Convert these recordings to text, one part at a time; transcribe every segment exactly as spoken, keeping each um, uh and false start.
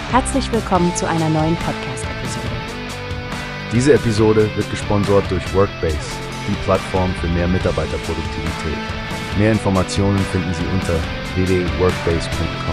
Herzlich willkommen zu einer neuen Podcast-Episode. Diese Episode wird gesponsert durch Workbase, die Plattform für mehr Mitarbeiterproduktivität. Mehr Informationen finden Sie unter w w w punkt workbase punkt com.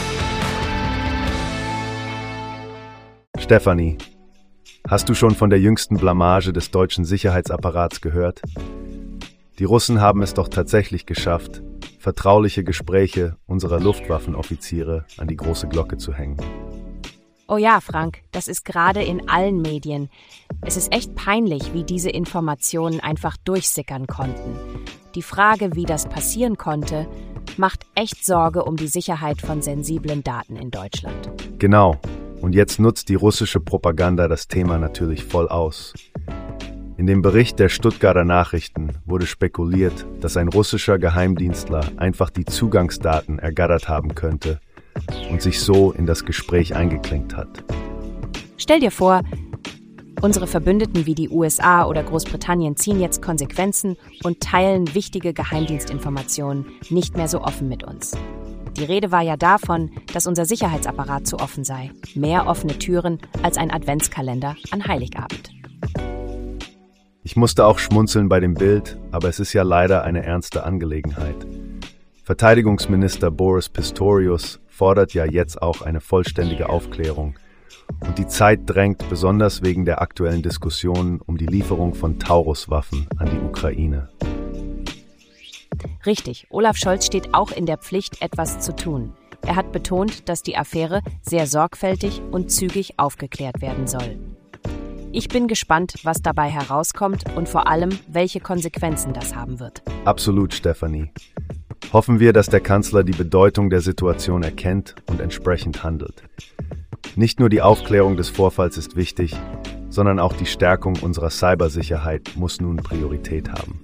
Stefanie, hast du schon von der jüngsten Blamage des deutschen Sicherheitsapparats gehört? Die Russen haben es doch tatsächlich geschafft, vertrauliche Gespräche unserer Luftwaffenoffiziere an die große Glocke zu hängen. Oh ja, Frank, das ist gerade in allen Medien. Es ist echt peinlich, wie diese Informationen einfach durchsickern konnten. Die Frage, wie das passieren konnte, macht echt Sorge um die Sicherheit von sensiblen Daten in Deutschland. Genau. Und jetzt nutzt die russische Propaganda das Thema natürlich voll aus. In dem Bericht der Stuttgarter Nachrichten wurde spekuliert, dass ein russischer Geheimdienstler einfach die Zugangsdaten ergattert haben könnte und sich so in das Gespräch eingeklinkt hat. Stell dir vor, unsere Verbündeten wie die U S A oder Großbritannien ziehen jetzt Konsequenzen und teilen wichtige Geheimdienstinformationen nicht mehr so offen mit uns. Die Rede war ja davon, dass unser Sicherheitsapparat zu offen sei. Mehr offene Türen als ein Adventskalender an Heiligabend. Ich musste auch schmunzeln bei dem Bild, aber es ist ja leider eine ernste Angelegenheit. Verteidigungsminister Boris Pistorius fordert ja jetzt auch eine vollständige Aufklärung. Und die Zeit drängt besonders wegen der aktuellen Diskussionen um die Lieferung von Taurus-Waffen an die Ukraine. Richtig, Olaf Scholz steht auch in der Pflicht, etwas zu tun. Er hat betont, dass die Affäre sehr sorgfältig und zügig aufgeklärt werden soll. Ich bin gespannt, was dabei herauskommt und vor allem, welche Konsequenzen das haben wird. Absolut, Stefanie. Hoffen wir, dass der Kanzler die Bedeutung der Situation erkennt und entsprechend handelt. Nicht nur die Aufklärung des Vorfalls ist wichtig, sondern auch die Stärkung unserer Cybersicherheit muss nun Priorität haben.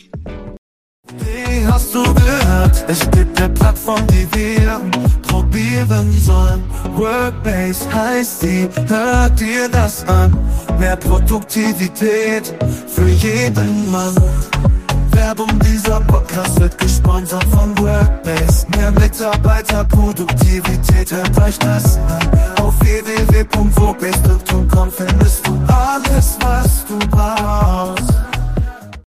Wie hast du gehört? Es gibt eine Plattform, die wir probieren sollen. Workbase heißt sie, hört dir das an. Mehr Produktivität für jeden Mann. Werbung, dieser Podcast wird gesponsert von Workbase. Mehr Mitarbeiterproduktivität, hört euch das an. Auf w w w punkt workbase punkt com findest du alles, was du brauchst.